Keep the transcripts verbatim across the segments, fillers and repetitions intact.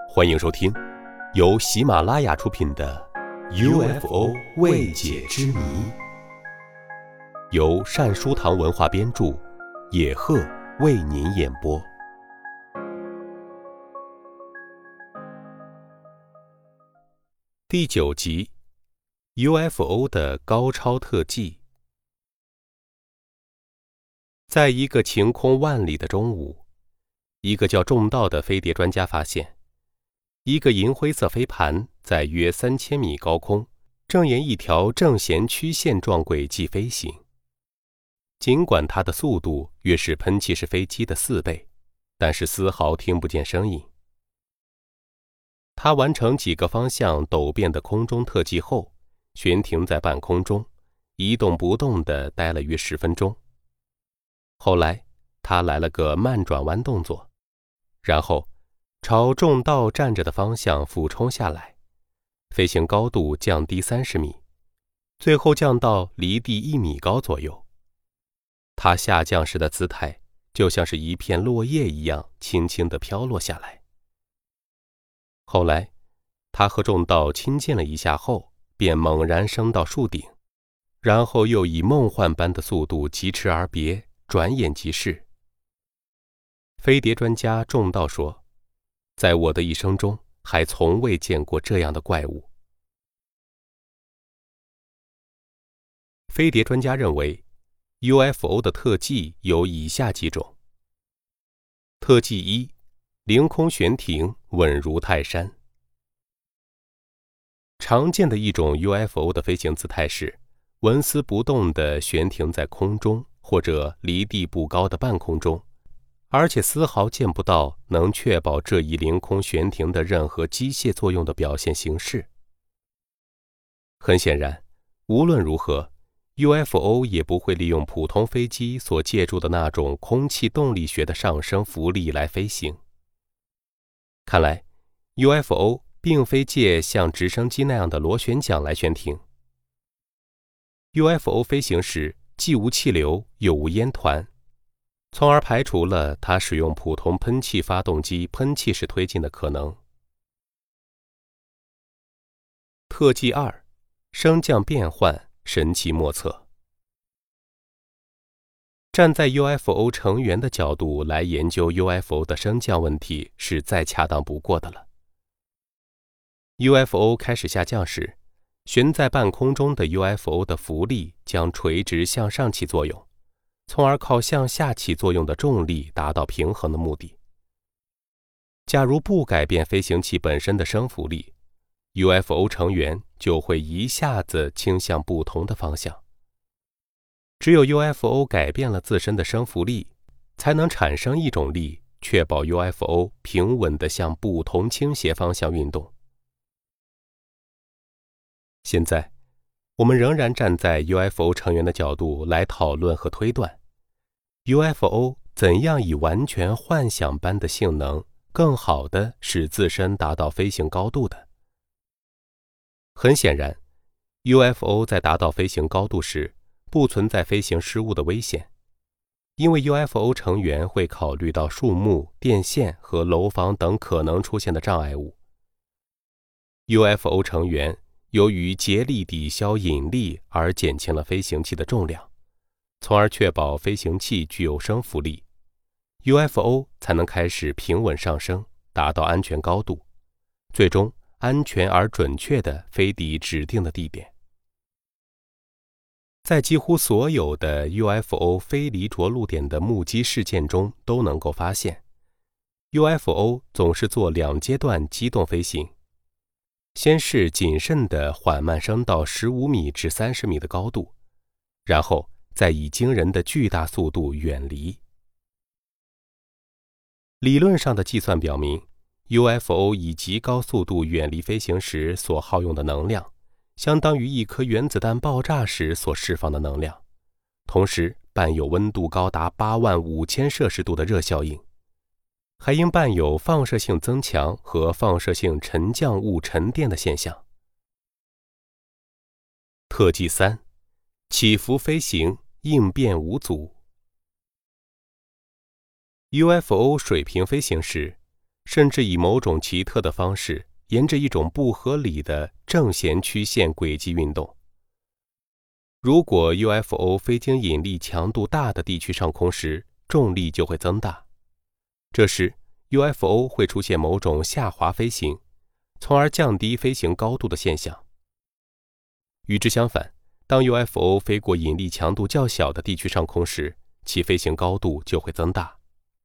欢迎收听由喜马拉雅出品的 U F O 未解之谜，由善书堂文化编著，野鹤为您演播。第九集 U F O 的高超特技。在一个晴空万里的中午，一个叫仲道的飞碟专家发现，一个银灰色飞盘在约三千米高空，正沿一条正弦曲线状轨迹飞行。尽管它的速度约是喷气式飞机的四倍，但是丝毫听不见声音。它完成几个方向陡变的空中特技后，悬停在半空中，一动不动地待了约十分钟。后来，他来了个慢转弯动作，然后朝仲道站着的方向俯冲下来，飞行高度降低三十米，最后降到离地一米高左右。他下降时的姿态就像是一片落叶一样轻轻地飘落下来。后来，他和仲道亲近了一下后，便猛然升到树顶，然后又以梦幻般的速度疾驰而别，转眼即逝。飞碟专家仲道说，在我的一生中还从未见过这样的怪物。飞碟专家认为 U F O 的特技有以下几种。特技一，凌空悬停，稳如泰山。常见的一种 U F O 的飞行姿态是纹丝不动地悬停在空中或者离地不高的半空中，而且丝毫见不到能确保这一凌空悬停的任何机械作用的表现形式。很显然，无论如何 U F O 也不会利用普通飞机所借助的那种空气动力学的上升浮力来飞行。看来 U F O 并非借像直升机那样的螺旋桨来悬停。U F O 飞行时既无气流又无烟团，从而排除了它使用普通喷气发动机喷气式推进的可能。特技二，升降变换，神奇莫测。站在 U F O 成员的角度来研究 U F O 的升降问题是再恰当不过的了。U F O 开始下降时，悬在半空中的 U F O 的浮力将垂直向上起作用，从而靠向下起作用的重力达到平衡的目的。假如不改变飞行器本身的升浮力， U F O 成员就会一下子倾向不同的方向。只有 U F O 改变了自身的升浮力，才能产生一种力，确保 U F O 平稳地向不同倾斜方向运动。现在，我们仍然站在 U F O 成员的角度来讨论和推断 U F O 怎样以完全幻想般的性能更好地使自身达到飞行高度的。很显然 U F O 在达到飞行高度时不存在飞行失误的危险，因为 U F O 成员会考虑到树木、电线和楼房等可能出现的障碍物。U F O 成员由于竭力抵消引力而减轻了飞行器的重量，从而确保飞行器具有升浮力， U F O 才能开始平稳上升，达到安全高度，最终安全而准确地飞抵指定的地点。在几乎所有的 U F O 飞离着陆点的目击事件中都能够发现， U F O 总是做两阶段机动飞行，先是谨慎地缓慢升到十五米至三十米的高度，然后再以惊人的巨大速度远离。理论上的计算表明， U F O 以极高速度远离飞行时所耗用的能量，相当于一颗原子弹爆炸时所释放的能量，同时伴有温度高达八万五千摄氏度的热效应，还应伴有放射性增强和放射性沉降物沉淀的现象。特技三，起伏飞行，应变无阻。U F O 水平飞行时， 甚至以某种奇特的方式，沿着一种不合理的正弦曲线轨迹运动。如果 U F O 飞经引力强度大的地区上空时，重力就会增大，这时 U F O 会出现某种下滑飞行，从而降低飞行高度的现象。与之相反，当 U F O 飞过引力强度较小的地区上空时，其飞行高度就会增大。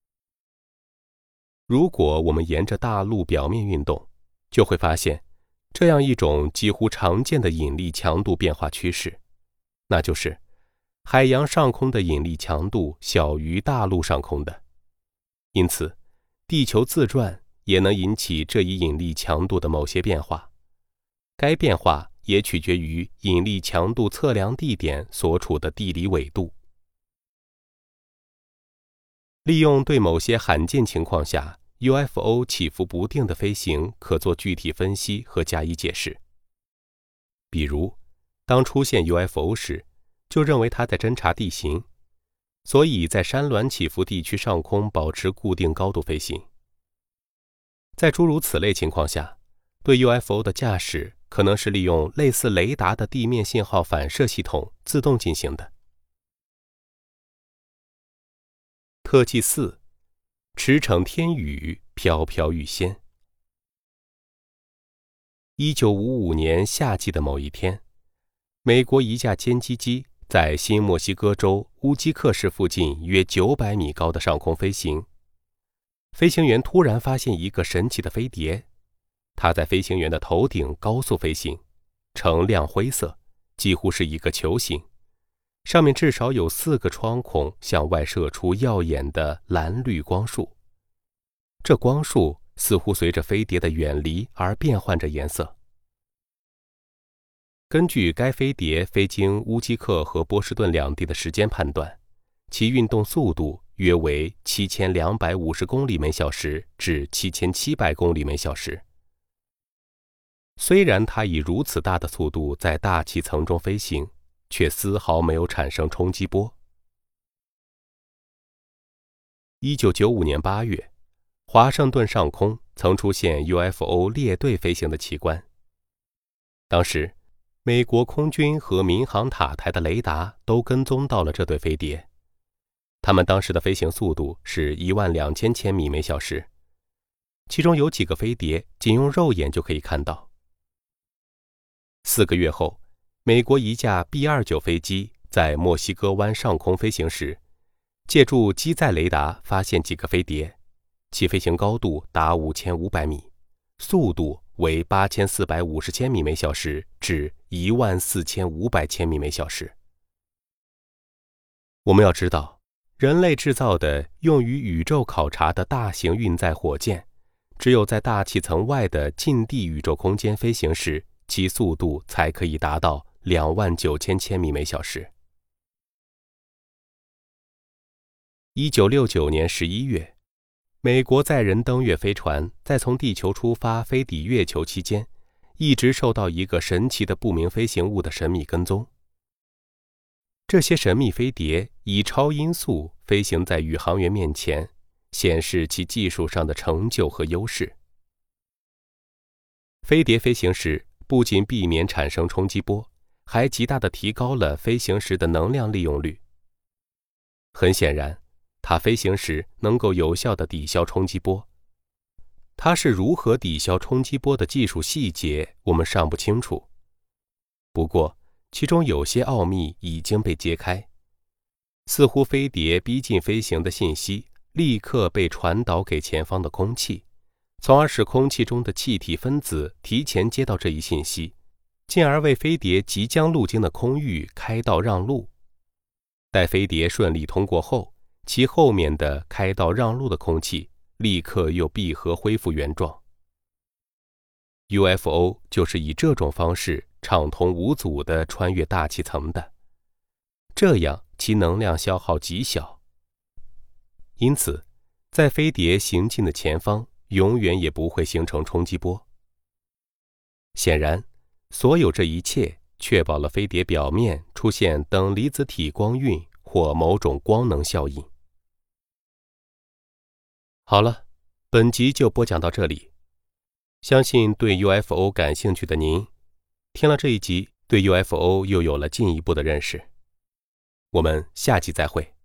如果我们沿着大陆表面运动，就会发现这样一种几乎常见的引力强度变化趋势，那就是海洋上空的引力强度小于大陆上空的。因此，地球自转也能引起这一引力强度的某些变化，该变化也取决于引力强度测量地点所处的地理纬度。利用对某些罕见情况下 U F O 起伏不定的飞行可做具体分析和加以解释。比如，当出现 U F O 时，就认为它在侦察地形，所以在山峦起伏地区上空保持固定高度飞行。在诸如此类情况下，对 U F O 的驾驶可能是利用类似雷达的地面信号反射系统自动进行的。特技四：驰骋天宇，飘飘欲仙。一九五五年夏季的某一天，美国一架歼击机在新墨西哥州乌基克市附近约九百米高的上空飞行。飞行员突然发现一个神奇的飞碟，它在飞行员的头顶高速飞行，呈亮灰色，几乎是一个球形，上面至少有四个窗孔向外射出耀眼的蓝绿光束。这光束似乎随着飞碟的远离而变换着颜色。根据该飞碟飞经乌基克和波士顿两地的时间判断，其运动速度约为七千两百五十公里每小时至七千七百公里每小时。虽然它以如此大的速度在大气层中飞行，却丝毫没有产生冲击波。一九九五年八月，华盛顿上空曾出现 U F O 列队飞行的奇观。当时，美国空军和民航塔台的雷达都跟踪到了这对飞碟，它们当时的飞行速度是一万两千千米每小时，其中有几个飞碟仅用肉眼就可以看到。四个月后，美国一架 B 二十九 飞机在墨西哥湾上空飞行时，借助机载雷达发现几个飞碟，其飞行高度达五千五百米，速度为八千四百五十千米每小时至一万四千五百千米每小时。我们要知道，人类制造的用于宇宙考察的大型运载火箭，只有在大气层外的近地宇宙空间飞行时，其速度才可以达到两万九千千米每小时。一九六九年十一月，美国载人登月飞船在从地球出发飞抵月球期间，一直受到一个神奇的不明飞行物的神秘跟踪。这些神秘飞碟以超音速飞行在宇航员面前，显示其技术上的成就和优势。飞碟飞行时不仅避免产生冲击波，还极大地提高了飞行时的能量利用率。很显然，它飞行时能够有效地抵消冲击波。它是如何抵消冲击波的技术细节，我们尚不清楚。不过，其中有些奥秘已经被揭开。似乎飞碟逼近飞行的信息立刻被传导给前方的空气，从而使空气中的气体分子提前接到这一信息，进而为飞碟即将路经的空域开道让路。待飞碟顺利通过后，其后面的开道让路的空气立刻又闭合恢复原状。U F O 就是以这种方式畅通无阻地穿越大气层的，这样其能量消耗极小。因此，在飞碟行进的前方永远也不会形成冲击波。显然，所有这一切确保了飞碟表面出现等离子体光晕或某种光能效应。好了， 本集就播讲到这里。相信对 U F O 感兴趣的您，听了这一集，对 U F O 又有了进一步的认识。我们下集再会。